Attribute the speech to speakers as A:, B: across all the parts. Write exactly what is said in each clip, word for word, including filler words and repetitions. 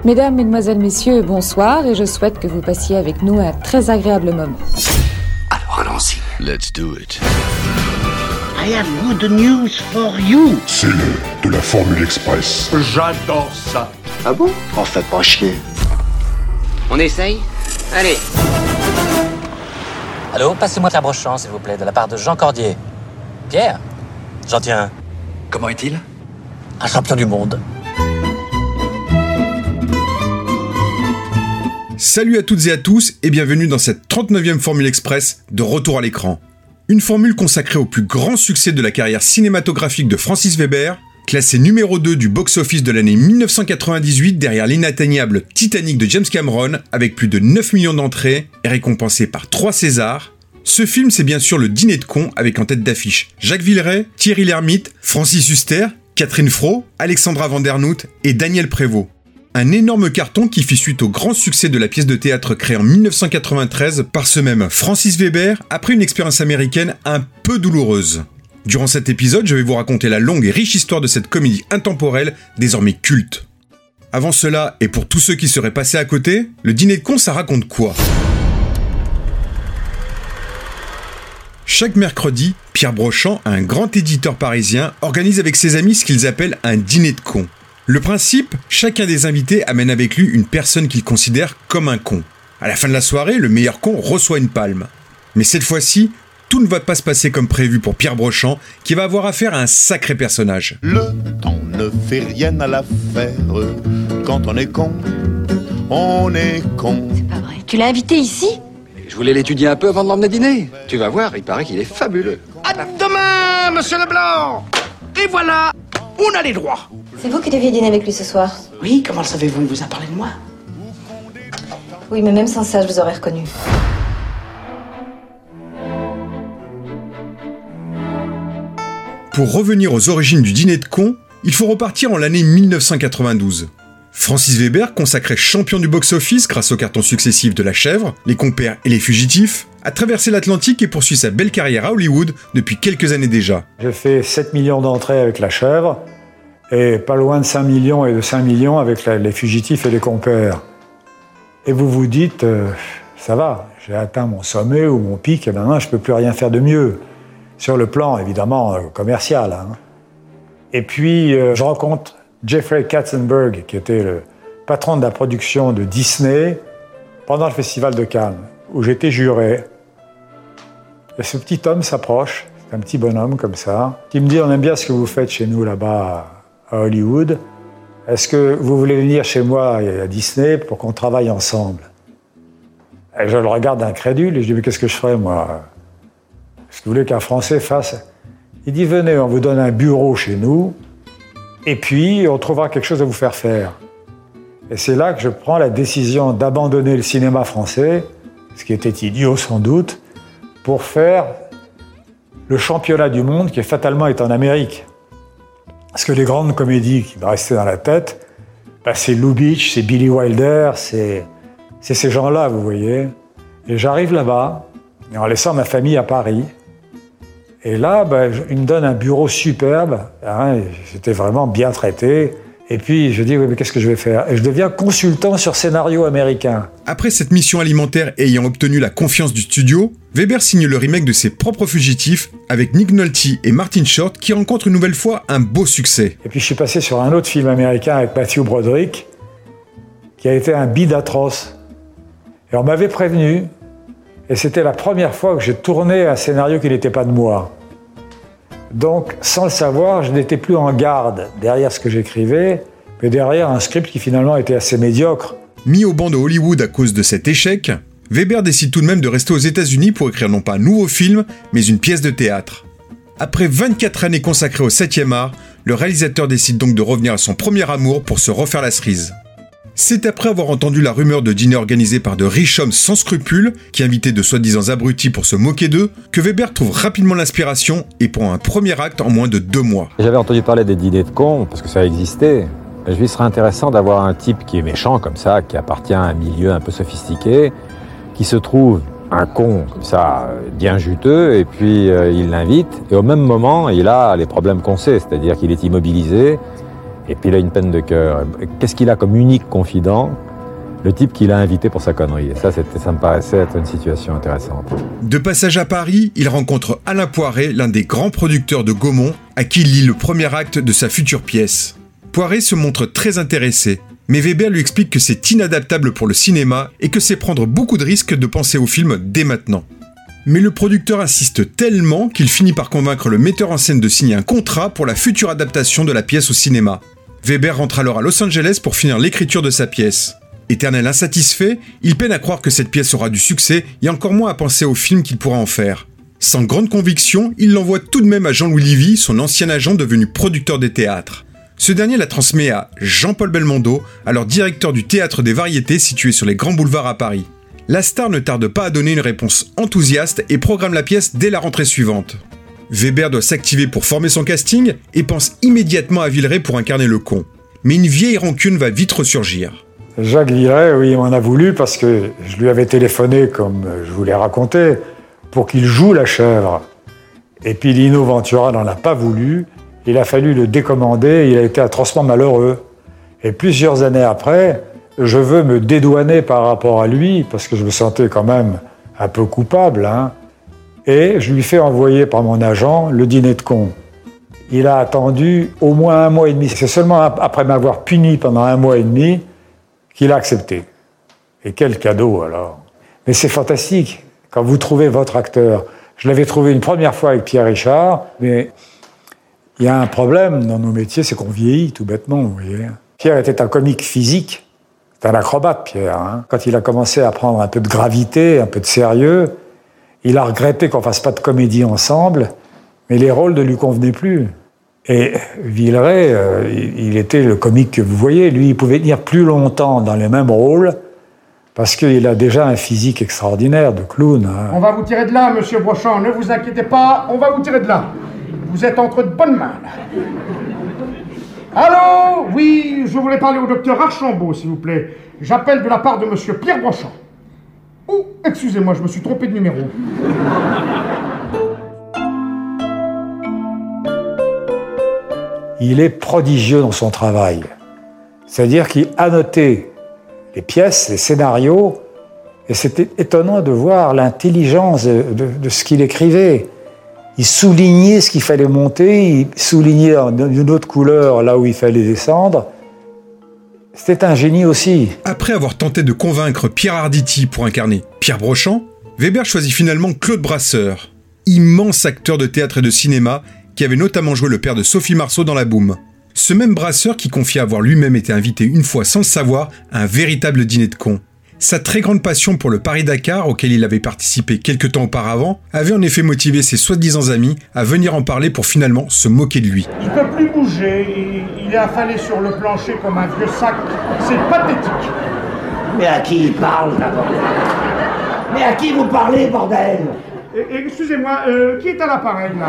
A: Mesdames, Mesdemoiselles, Messieurs, bonsoir et je souhaite que vous passiez avec nous un très agréable moment.
B: Alors allons-y.
C: Let's do it.
B: I have good news for you.
D: C'est le de la Formule Express.
B: J'adore ça.
E: Ah bon? On fait pas chier.
F: On essaye? Allez.
G: Allô, passez-moi Pierre Brochant, s'il vous plaît, de la part de Jean Cordier. Pierre? J'en tiens un.
E: Comment est-il?
G: Un champion du monde.
H: Salut à toutes et à tous et bienvenue dans cette trente-neuvième Formule Express de retour à l'écran. Une formule consacrée au plus grand succès de la carrière cinématographique de Francis Weber, classé numéro deux du box-office de l'année dix-neuf cent quatre-vingt-dix-huit derrière l'inatteignable Titanic de James Cameron avec plus de neuf millions d'entrées et récompensé par trois Césars. Ce film, c'est bien sûr Le Dîner de cons avec en tête d'affiche Jacques Villeray, Thierry Lhermitte, Francis Huster, Catherine Fro, Alexandra Vandernoot et Daniel Prévost. Un énorme carton qui fit suite au grand succès de la pièce de théâtre créée en dix-neuf cent quatre-vingt-treize par ce même Francis Weber après une expérience américaine un peu douloureuse. Durant cet épisode, je vais vous raconter la longue et riche histoire de cette comédie intemporelle désormais culte. Avant cela, et pour tous ceux qui seraient passés à côté, Le Dîner de cons, ça raconte quoi ? Chaque mercredi, Pierre Brochant, un grand éditeur parisien, organise avec ses amis ce qu'ils appellent un dîner de cons. Le principe, chacun des invités amène avec lui une personne qu'il considère comme un con. À la fin de la soirée, le meilleur con reçoit une palme. Mais cette fois-ci, tout ne va pas se passer comme prévu pour Pierre Brochant, qui va avoir affaire à un sacré personnage.
I: Le temps ne fait rien à l'affaire. Quand on est con, on est con.
J: C'est pas vrai. Tu l'as invité ici ?
E: Je voulais l'étudier un peu avant de l'emmener dîner. Tu vas voir, il paraît qu'il est fabuleux.
B: À demain, monsieur Leblanc. Et voilà, on a les droits.
J: C'est vous qui deviez dîner avec lui ce soir ?
F: Oui, comment le savez-vous? Il vous a parlé de moi?
J: Oui, mais même sans ça, je vous aurais reconnu.
H: Pour revenir aux origines du Dîner de cons, il faut repartir en l'année dix-neuf cent quatre-vingt-douze. Francis Weber, consacré champion du box-office grâce aux cartons successifs de La Chèvre, Les Compères et Les Fugitifs, a traversé l'Atlantique et poursuit sa belle carrière à Hollywood depuis quelques années déjà.
K: J'ai fait sept millions d'entrées avec La Chèvre et pas loin de cinq millions et de cinq millions avec la, Les Fugitifs et Les Compères. Et vous vous dites, euh, ça va, j'ai atteint mon sommet ou mon pic et maintenant je peux plus rien faire de mieux. Sur le plan, évidemment, euh, commercial. Hein. Et puis, euh, je rencontre Jeffrey Katzenberg, qui était le patron de la production de Disney pendant le Festival de Cannes, où j'étais juré. Et ce petit homme s'approche, c'est un petit bonhomme comme ça, qui me dit « On aime bien ce que vous faites chez nous là-bas à Hollywood. Est-ce que vous voulez venir chez moi à Disney pour qu'on travaille ensemble ?» Et je le regarde incrédule et je dis « Mais qu'est-ce que je ferais, moi ? Est-ce que vous voulez qu'un Français fasse ?» Il dit « Venez, on vous donne un bureau chez nous. » Et puis, on trouvera quelque chose à vous faire faire. Et c'est là que je prends la décision d'abandonner le cinéma français, ce qui était idiot sans doute, pour faire le championnat du monde qui fatalement est en Amérique. Parce que les grandes comédies qui me restaient dans la tête, bah, c'est Lou Beach, c'est Billy Wilder, c'est, c'est ces gens-là, vous voyez. Et j'arrive là-bas, en laissant ma famille à Paris. Et là, ben, il me donne un bureau superbe, hein, j'étais vraiment bien traité. Et puis, je dis, oui, mais qu'est-ce que je vais faire ? Et je deviens consultant sur scénario américain.
H: Après cette mission alimentaire ayant obtenu la confiance du studio, Weber signe le remake de ses propres Fugitifs avec Nick Nolte et Martin Short qui rencontrent une nouvelle fois un beau succès.
K: Et puis, je suis passé sur un autre film américain avec Matthew Broderick, qui a été un bide atroce. Et on m'avait prévenu, et c'était la première fois que j'ai tourné un scénario qui n'était pas de moi. Donc, sans le savoir, je n'étais plus en garde derrière ce que j'écrivais, mais derrière un script qui finalement était assez médiocre.
H: Mis au banc de Hollywood à cause de cet échec, Weber décide tout de même de rester aux États-Unis pour écrire non pas un nouveau film, mais une pièce de théâtre. Après vingt-quatre années consacrées au septième art, le réalisateur décide donc de revenir à son premier amour pour se refaire la cerise. C'est après avoir entendu la rumeur de dîner organisé par de riches hommes sans scrupules, qui invitaient de soi-disant abrutis pour se moquer d'eux, que Weber trouve rapidement l'inspiration et prend un premier acte en moins de deux mois.
L: J'avais entendu parler des dîners de cons, parce que ça existait. Je lui serait intéressant d'avoir un type qui est méchant comme ça, qui appartient à un milieu un peu sophistiqué, qui se trouve un con comme ça, bien juteux, et puis euh, il l'invite, et au même moment, il a les problèmes qu'on sait, c'est-à-dire qu'il est immobilisé, Et puis il a une peine de cœur. Qu'est-ce qu'il a comme unique confident ? Le type qu'il a invité pour sa connerie. Et ça, c'était, ça me paraissait être une situation intéressante.
H: De passage à Paris, il rencontre Alain Poiret, l'un des grands producteurs de Gaumont, à qui il lit le premier acte de sa future pièce. Poiret se montre très intéressé, mais Weber lui explique que c'est inadaptable pour le cinéma et que c'est prendre beaucoup de risques de penser au film dès maintenant. Mais le producteur insiste tellement qu'il finit par convaincre le metteur en scène de signer un contrat pour la future adaptation de la pièce au cinéma. Weber rentre alors à Los Angeles pour finir l'écriture de sa pièce. Éternel insatisfait, il peine à croire que cette pièce aura du succès et encore moins à penser au film qu'il pourra en faire. Sans grande conviction, il l'envoie tout de même à Jean-Louis Livy, son ancien agent devenu producteur des théâtres. Ce dernier la transmet à Jean-Paul Belmondo, alors directeur du Théâtre des Variétés situé sur les grands boulevards à Paris. La star ne tarde pas à donner une réponse enthousiaste et programme la pièce dès la rentrée suivante. Weber doit s'activer pour former son casting et pense immédiatement à Villeray pour incarner le con. Mais une vieille rancune va vite ressurgir.
K: Jacques Villeray, oui, il m'en a voulu parce que je lui avais téléphoné, comme je vous l'ai raconté, pour qu'il joue la chèvre. Et puis Lino Ventura n'en a pas voulu, il a fallu le décommander, il a été atrocement malheureux. Et plusieurs années après, je veux me dédouaner par rapport à lui, parce que je me sentais quand même un peu coupable, hein, et je lui fais envoyer par mon agent le dîner de con. Il a attendu au moins un mois et demi. C'est seulement après m'avoir puni pendant un mois et demi qu'il a accepté. Et quel cadeau, alors. Mais c'est fantastique, quand vous trouvez votre acteur. Je l'avais trouvé une première fois avec Pierre Richard, mais il y a un problème dans nos métiers, c'est qu'on vieillit, tout bêtement, vous voyez. Pierre était un comique physique, c'est un acrobate, Pierre. Hein. Quand il a commencé à prendre un peu de gravité, un peu de sérieux, il a regretté qu'on fasse pas de comédie ensemble, mais les rôles ne lui convenaient plus. Et Villeray, euh, il était le comique que vous voyez. Lui, il pouvait tenir plus longtemps dans les mêmes rôles parce qu'il a déjà un physique extraordinaire de clown. Hein.
B: On va vous tirer de là, monsieur Brochant. Ne vous inquiétez pas, on va vous tirer de là. Vous êtes entre de bonnes mains, là. Allô? Oui, je voulais parler au docteur Archambault, s'il vous plaît. J'appelle de la part de monsieur Pierre Brochant. Oh, excusez-moi, je me suis trompé de numéro.
K: Il est prodigieux dans son travail. C'est-à-dire qu'il annotait les pièces, les scénarios, et c'était étonnant de voir l'intelligence de, de, de ce qu'il écrivait. Il soulignait ce qu'il fallait monter, il soulignait d'une autre couleur là où il fallait descendre. C'était un génie aussi.
H: Après avoir tenté de convaincre Pierre Arditi pour incarner Pierre Brochant, Weber choisit finalement Claude Brasseur, immense acteur de théâtre et de cinéma, qui avait notamment joué le père de Sophie Marceau dans La Boum. Ce même Brasseur qui confiait avoir lui-même été invité une fois sans le savoir à un véritable dîner de cons. Sa très grande passion pour le Paris-Dakar, auquel il avait participé quelque temps auparavant, avait en effet motivé ses soi-disant amis à venir en parler pour finalement se moquer de lui.
B: Il peut plus bouger, il, il est affalé sur le plancher comme un vieux sac. C'est pathétique.
F: Mais à qui il parle, d'abord? Mais à qui vous parlez, bordel?
B: Excusez-moi, euh, qui est à l'appareil, là?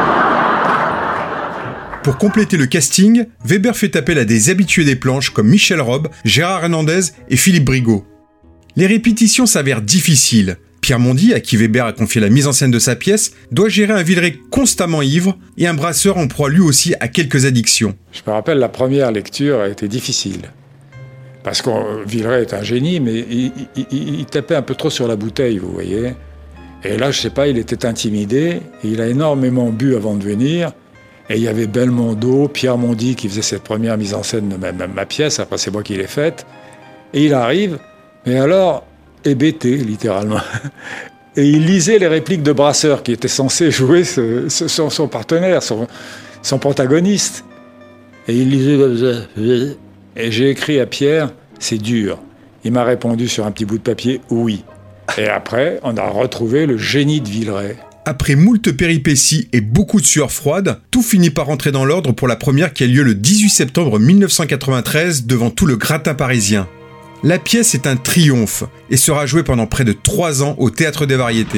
H: Pour compléter le casting, Weber fait appel à des habitués des planches comme Michel Robe, Gérard Hernandez et Philippe Brigaud. Les répétitions s'avèrent difficiles. Pierre Mondy, à qui Weber a confié la mise en scène de sa pièce, doit gérer un Villeray constamment ivre et un Brasseur en proie lui aussi à quelques addictions.
K: Je me rappelle, la première lecture a été difficile. Parce que Villeray est un génie, mais il, il, il, il tapait un peu trop sur la bouteille, vous voyez. Et là, je sais pas, il était intimidé, et il a énormément bu avant de venir. Et il y avait Belmondo, Pierre Mondy qui faisait cette première mise en scène de ma, ma, ma pièce, après c'est moi qui l'ai faite. Et il arrive, mais alors, hébété, littéralement. Et il lisait les répliques de Brasseur, qui était censé jouer ce, ce, son, son partenaire, son, son protagoniste. Et il lisait comme ça. Et j'ai écrit à Pierre, c'est dur. Il m'a répondu sur un petit bout de papier, oui. Et après, on a retrouvé le génie de Villeray.
H: Après moult péripéties et beaucoup de sueur froide, tout finit par rentrer dans l'ordre pour la première qui a lieu le dix-huit septembre mille neuf cent quatre-vingt-treize devant tout le gratin parisien. La pièce est un triomphe et sera jouée pendant près de trois ans au Théâtre des Variétés.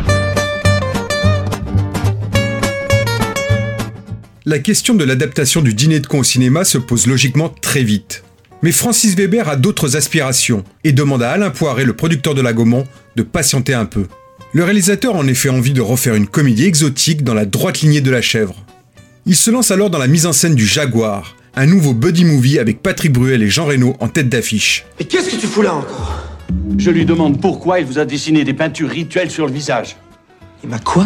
H: La question de l'adaptation du Dîner de cons au cinéma se pose logiquement très vite. Mais Francis Weber a d'autres aspirations et demande à Alain Poiret, le producteur de la Gaumont, de patienter un peu. Le réalisateur a en effet envie de refaire une comédie exotique dans la droite lignée de La Chèvre. Il se lance alors dans la mise en scène du Jaguar, un nouveau buddy movie avec Patrick Bruel et Jean Reno en tête d'affiche.
C: Mais qu'est-ce que tu fous là encore?
M: Je lui demande pourquoi il vous a dessiné des peintures rituelles sur le visage.
C: Il m'a quoi?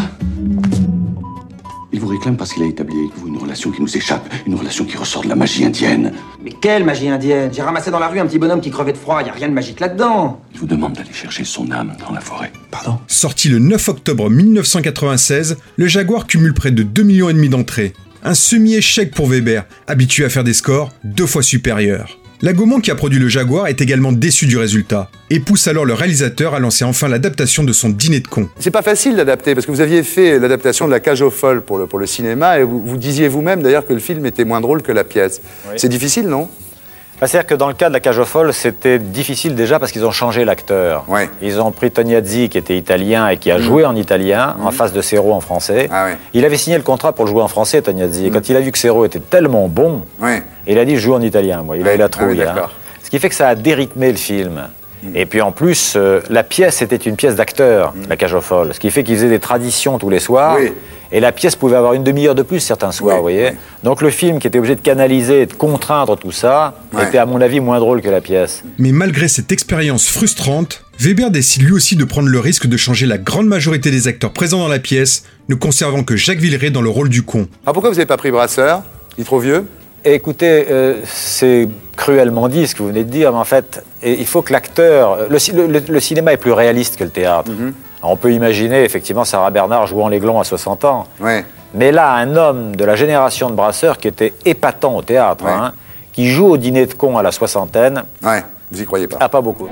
M: Il vous réclame parce qu'il a établi avec vous une relation qui nous échappe, une relation qui ressort de la magie indienne.
C: Mais quelle magie indienne? J'ai ramassé dans la rue un petit bonhomme qui crevait de froid, y a rien de magique là-dedans.
M: Il vous demande d'aller chercher son âme dans la forêt.
C: Pardon?
H: Sorti le neuf octobre mille neuf cent quatre-vingt-seize, le Jaguar cumule près de deux virgule cinq millions d'entrées. Un semi-échec pour Weber, habitué à faire des scores deux fois supérieurs. La Gaumont, qui a produit le Jaguar, est également déçue du résultat et pousse alors le réalisateur à lancer enfin l'adaptation de son Dîner de cons.
N: C'est pas facile d'adapter, parce que vous aviez fait l'adaptation de La Cage aux folles pour le, pour le cinéma, et vous, vous disiez vous-même d'ailleurs que le film était moins drôle que la pièce. Oui. C'est difficile, non?
L: C'est-à-dire que dans le cas de La Cage aux folles, c'était difficile déjà parce qu'ils ont changé l'acteur.
N: Ouais.
L: Ils ont pris Tognazzi, qui était italien et qui a mmh. joué en italien, mmh. en face de Serrault en français.
N: Ah ouais.
L: Il avait signé le contrat pour le jouer en français, Tognazzi. Mmh. Et quand il a vu que Serrault était tellement bon,
N: ouais.
L: il a dit « je joue en italien ». Moi. Il
N: ouais.
L: a eu la trouille.
N: Ah oui,
L: hein. Ce qui fait que ça a dérythmé le film. Mmh. Et puis en plus, euh, la pièce était une pièce d'acteur, mmh. La Cage aux folles. Ce qui fait qu'ils faisaient des traditions tous les soirs. Oui. Et la pièce pouvait avoir une demi-heure de plus certains soirs, oui, vous voyez. Oui. Donc le film, qui était obligé de canaliser, de contraindre tout ça, ouais. était à mon avis moins drôle que la pièce.
H: Mais malgré cette expérience frustrante, Weber décide lui aussi de prendre le risque de changer la grande majorité des acteurs présents dans la pièce, ne conservant que Jacques Villeray dans le rôle du con.
N: Ah, pourquoi vous n'avez pas pris Brasseur? Il est trop vieux?
L: Écoutez, euh, c'est cruellement dit ce que vous venez de dire, mais en fait, il faut que l'acteur... Le, le, le cinéma est plus réaliste que le théâtre. Mm-hmm. On peut imaginer, effectivement, Sarah Bernard jouant l'Aiglon à soixante ans.
N: Ouais.
L: Mais là, un homme de la génération de Brasseur qui était épatant au théâtre, ouais. hein, qui joue au Dîner de cons à la soixantaine...
N: Ouais, vous y croyez pas?
L: Ah, pas beaucoup.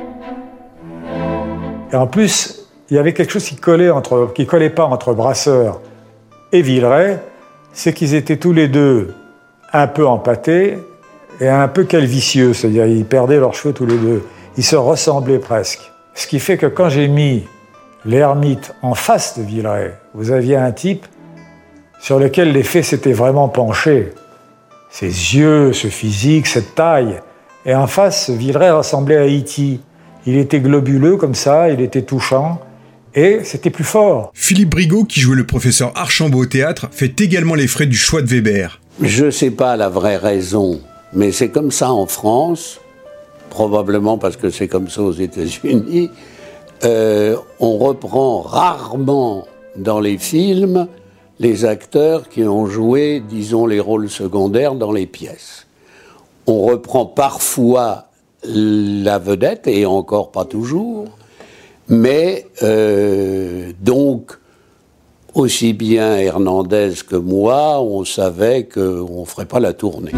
K: Et en plus, il y avait quelque chose qui collait entre, qui collait pas entre Brasseur et Villeray, c'est qu'ils étaient tous les deux un peu empâtés et un peu calvicieux, c'est-à-dire ils perdaient leurs cheveux tous les deux. Ils se ressemblaient presque. Ce qui fait que quand j'ai mis l'ermite en face de Villeray, vous aviez un type sur lequel l'effet s'était vraiment penché. Ses yeux, ce physique, cette taille. Et en face, Villeray ressemblait à E T Il était globuleux comme ça, il était touchant. Et c'était plus fort.
H: Philippe Brigaud, qui jouait le professeur Archambault au théâtre, fait également les frais du choix de Weber.
O: Je ne sais pas la vraie raison, mais c'est comme ça en France, probablement parce que c'est comme ça aux États-Unis. Euh, on reprend rarement dans les films les acteurs qui ont joué, disons, les rôles secondaires dans les pièces. On reprend parfois la vedette, et encore pas toujours, mais euh, donc, aussi bien Hernandez que moi, on savait qu'on ne ferait pas la tournée.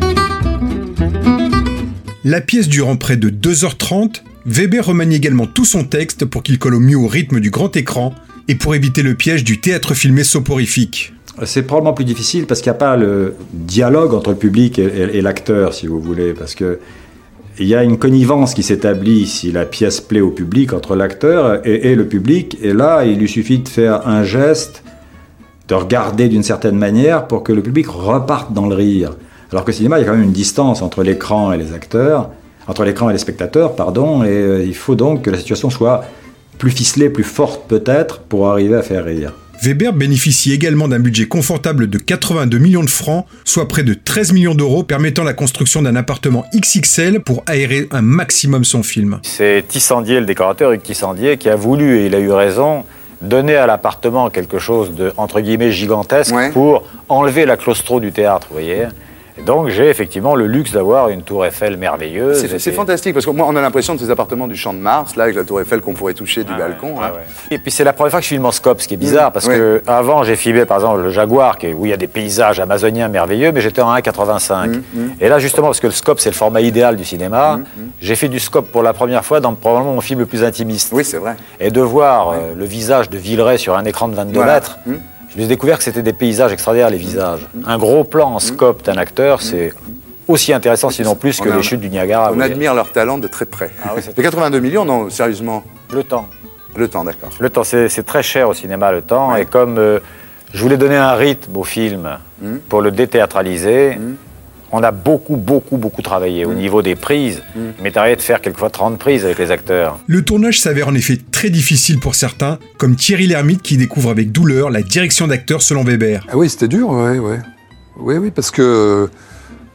H: La pièce durant près de deux heures trente, Weber remanie également tout son texte pour qu'il colle au mieux au rythme du grand écran et pour éviter le piège du théâtre filmé soporifique.
P: C'est probablement plus difficile parce qu'il n'y a pas le dialogue entre le public et, et, et l'acteur, si vous voulez, parce que il y a une connivence qui s'établit si la pièce plaît au public entre l'acteur et, et le public, et là il lui suffit de faire un geste, de regarder d'une certaine manière pour que le public reparte dans le rire. Alors qu'au cinéma il y a quand même une distance entre l'écran et les acteurs, entre l'écran et les spectateurs, pardon, et euh, il faut donc que la situation soit plus ficelée, plus forte peut-être, pour arriver à faire rire.
H: Weber bénéficie également d'un budget confortable de quatre-vingt-deux millions de francs, soit près de treize millions d'euros, permettant la construction d'un appartement X X L pour aérer un maximum son film.
L: C'est Tissandier, le décorateur, Hugues Tissandier, qui a voulu, et il a eu raison, donner à l'appartement quelque chose de, entre guillemets, gigantesque, ouais. pour enlever la claustro du théâtre, vous voyez. Et donc j'ai effectivement le luxe d'avoir une tour Eiffel merveilleuse.
N: C'est, c'est fantastique, parce que moi on a l'impression de ces appartements du Champ de Mars, là avec la tour Eiffel qu'on pourrait toucher du ah balcon.
L: Ouais, hein. ouais. Et puis c'est la première fois que je filme en scope, ce qui est bizarre, parce ouais. que avant j'ai filmé par exemple le Jaguar, qui est, où il y a des paysages amazoniens merveilleux, mais j'étais en un virgule quatre-vingt-cinq. Mmh, mmh. Et là justement, parce que le scope c'est le format idéal du cinéma, mmh, mmh. j'ai fait du scope pour la première fois dans probablement mon film le plus intimiste.
N: Oui, c'est vrai.
L: Et de voir ouais. euh, le visage de Villeray sur un écran de vingt-deux voilà. mètres, mmh. je me suis découvert que c'était des paysages extraordinaires, les visages. Mmh. Un gros plan en scope d'un acteur, c'est aussi intéressant, sinon plus, que on les chutes du Niagara.
N: On admire leur talent de très près. Ah oui, les quatre-vingt-deux millions, non, sérieusement.
L: Le temps.
N: Le temps, d'accord.
L: Le temps, c'est, c'est très cher au cinéma, le temps. Ouais. Et comme euh, je voulais donner un rythme au film mmh. pour le déthéâtraliser, mmh. on a beaucoup, beaucoup, beaucoup travaillé mmh. au niveau des prises. Mmh. Il m'est arrivé de faire quelquefois trente prises avec les acteurs.
H: Le tournage s'avère en effet très difficile pour certains, comme Thierry Lhermitte qui découvre avec douleur la direction d'acteur selon Weber.
Q: Ah oui, c'était dur, oui, oui. Oui, oui, parce que...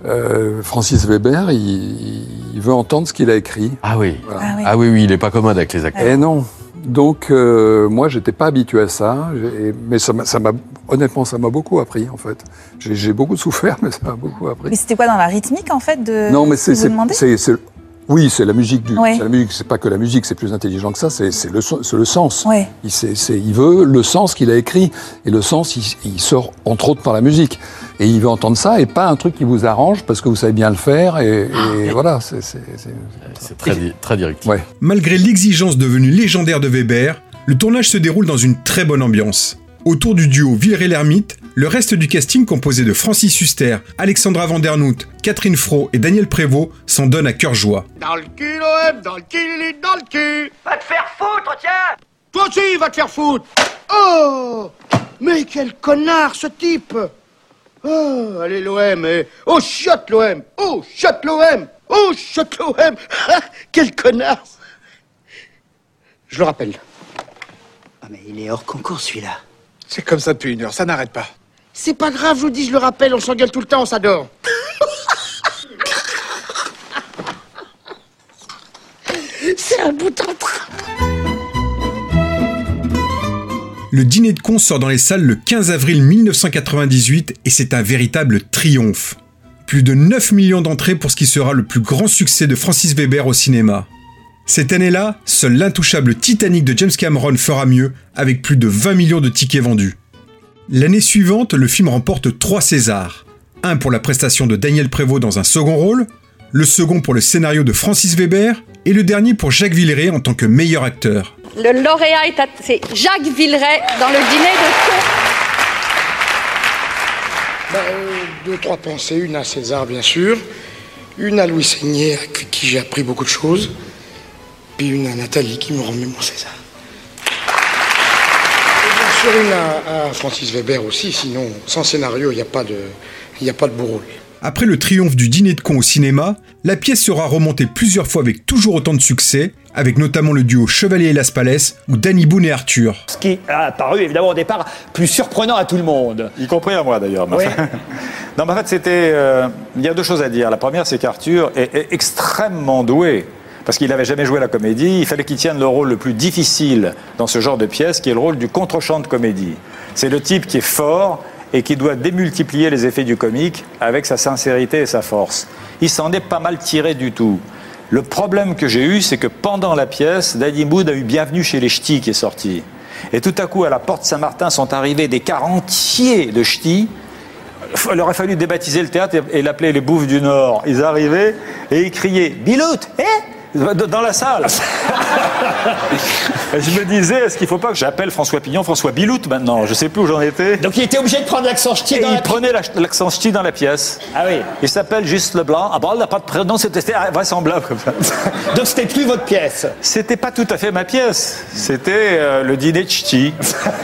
Q: Euh, Francis Weber, il, il veut entendre ce qu'il a écrit.
R: Ah oui.
Q: Voilà.
R: Ah oui. Ah oui, oui, il n'est pas commode avec les acteurs.
Q: Et non. Donc, euh, moi, j'étais pas habitué à ça, j'ai- mais ça m'a, ça m'a, honnêtement, ça m'a beaucoup appris, en fait. J'ai, j'ai beaucoup souffert, mais ça m'a beaucoup appris.
S: Mais c'était quoi dans la rythmique en fait de
Q: Non, mais
S: ce
Q: c'est,
S: que vous
Q: c'est,
S: demandez
Q: c'est, c'est- oui, c'est la musique du.
S: Ouais.
Q: C'est la musique, c'est pas que la musique, c'est plus intelligent que ça. C'est, c'est le, son- c'est le sens.
S: Ouais.
Q: Il, c'est, c'est- il veut le sens qu'il a écrit, et le sens, il, il sort entre autres par la musique. Et il veut entendre ça, et pas un truc qui vous arrange parce que vous savez bien le faire. Et, et voilà, c'est, c'est, c'est,
R: C'est très, di- très direct.
Q: Ouais.
H: Malgré l'exigence devenue légendaire de Weber, le tournage se déroule dans une très bonne ambiance. Autour du duo Villeray-l'Ermite, le reste du casting composé de Francis Huster, Alexandra Vandernoot, Catherine Fro et Daniel Prévost s'en donne à cœur joie.
B: Dans le cul, l'O M, dans le cul, Lilith, dans le cul. Va te faire foutre, tiens. Toi aussi, va te faire foutre. Oh, mais quel connard, ce type. Oh, allez, l'O M, eh. Oh, chiotte, l'O M. Oh, chiotte, l'O M. Oh, chiotte, l'O M. Quel connard. Je le rappelle.
F: Ah, mais il est hors concours, celui-là.
B: C'est comme ça depuis une heure, ça n'arrête pas. C'est pas grave, je vous dis, je le rappelle, on s'engueule tout le temps, on s'adore. C'est un bout en train.
H: Le Dîner de cons sort dans les salles le quinze avril mille neuf cent quatre-vingt-dix-huit et c'est un véritable triomphe. Plus de neuf millions d'entrées pour ce qui sera le plus grand succès de Francis Weber au cinéma. Cette année-là, seul l'intouchable Titanic de James Cameron fera mieux, avec plus de vingt millions de tickets vendus. L'année suivante, le film remporte trois Césars. Un pour la prestation de Daniel Prévost dans un second rôle, le second pour le scénario de Francis Weber, et le dernier pour Jacques Villeray en tant que meilleur acteur.
T: Le lauréat est à... c'est Jacques Villeray dans le Dîner de cons.
B: Bah, euh, deux, trois pensées. Une à César, bien sûr. Une à Louis Seigné, avec qui j'ai appris beaucoup de choses. Puis une à Nathalie, qui me remet mon César. Et bien sûr, une à, à Francis Weber aussi. Sinon, sans scénario, il n'y a pas de, il n'y a pas de beau rôle.
H: Après le triomphe du Dîner de cons au cinéma, la pièce sera remontée plusieurs fois avec toujours autant de succès, avec notamment le duo Chevalier et Las Palais ou Danny Boone et Arthur.
U: Ce qui a paru évidemment au départ plus surprenant à tout le monde.
L: Y compris à moi d'ailleurs.
U: Oui.
L: Non, mais en fait, c'était. euh, Il y a deux choses à dire. La première, c'est qu'Arthur est, est extrêmement doué. Parce qu'il n'avait jamais joué la comédie, il fallait qu'il tienne le rôle le plus difficile dans ce genre de pièce, qui est le rôle du contre-champ de comédie. C'est le type qui est fort et qui doit démultiplier les effets du comique avec sa sincérité et sa force. Il s'en est pas mal tiré du tout. Le problème que j'ai eu, c'est que pendant la pièce, Danny Boone a eu Bienvenue chez les Ch'tis qui est sorti. Et tout à coup, à la Porte Saint-Martin sont arrivés des cars entiers de ch'tis. Il aurait fallu débaptiser le théâtre et l'appeler les Bouffes du Nord. Ils arrivaient et ils criaient « Biloute, eh ?» dans la salle. Et je me disais, est-ce qu'il ne faut pas que j'appelle François Pignon François Biloute maintenant? Je ne sais plus où j'en étais.
U: Donc il était obligé de prendre l'accent ch'ti dans
L: il
U: la pièce.
L: prenait la- l'accent ch'ti dans la pièce.
U: Ah oui.
L: Il s'appelle Juste Leblanc. Ah bon, il n'a pas de prénom, c'était vraisemblable comme ça.
U: Donc c'était plus votre pièce.
L: C'était pas tout à fait ma pièce. C'était euh, le dîner de ch'ti.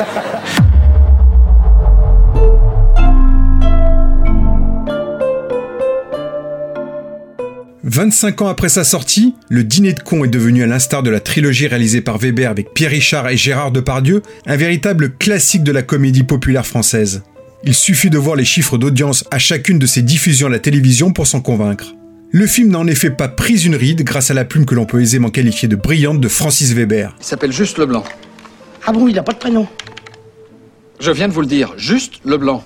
H: vingt-cinq ans après sa sortie, le Dîner de cons est devenu, à l'instar de la trilogie réalisée par Weber avec Pierre Richard et Gérard Depardieu, un véritable classique de la comédie populaire française. Il suffit de voir les chiffres d'audience à chacune de ses diffusions à la télévision pour s'en convaincre. Le film n'a en effet pas pris une ride grâce à la plume que l'on peut aisément qualifier de brillante de Francis Weber.
E: Il s'appelle Juste Leblanc.
B: Ah bon, il n'a pas de prénom?
E: Je viens de vous le dire, Juste Leblanc.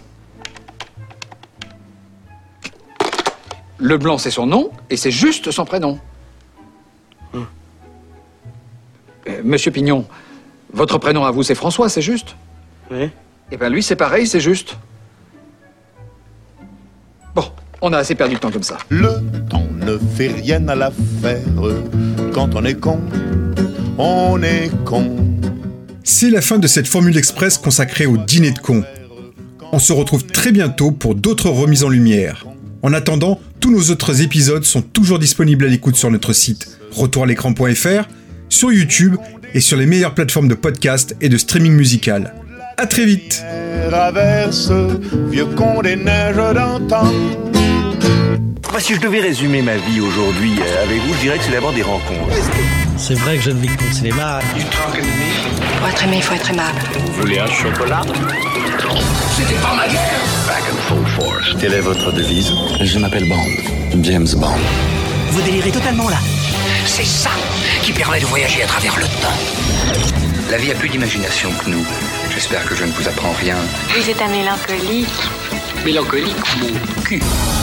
E: Leblanc, c'est son nom, et c'est juste son prénom.
B: Hum.
E: Euh, Monsieur Pignon, votre prénom à vous, c'est François, c'est juste?
B: Oui.
E: Eh bien, lui, c'est pareil, c'est juste. Bon, on a assez perdu de temps comme ça.
I: Le temps ne fait rien à l'affaire. Quand on est con, on est con.
H: C'est la fin de cette Formule Express consacrée au Dîner de cons. On se retrouve très bientôt pour d'autres remises en lumière. En attendant, tous nos autres épisodes sont toujours disponibles à l'écoute sur notre site retour à l'écran point f r, sur YouTube et sur les meilleures plateformes de podcast et de streaming musical. À très vite.
I: Traverse, vieux con des neiges d'antan.
A: Moi, si je devais résumer ma vie aujourd'hui euh, avec vous, je dirais que c'est d'abord des rencontres.
V: C'est vrai que je ne vis que pour le cinéma.
J: Pour être aimé, il faut être aimable.
A: Vous voulez un chocolat?
B: C'était pas ma guerre.
A: Back and full force. Quelle est votre devise? Je m'appelle Bond. James Bond.
V: Vous délirez totalement là.
B: C'est ça qui permet de voyager à travers le temps.
W: La vie a plus d'imagination que nous. J'espère que je ne vous apprends rien.
J: Vous êtes un mélancolique.
W: Mélancolique, mon cul.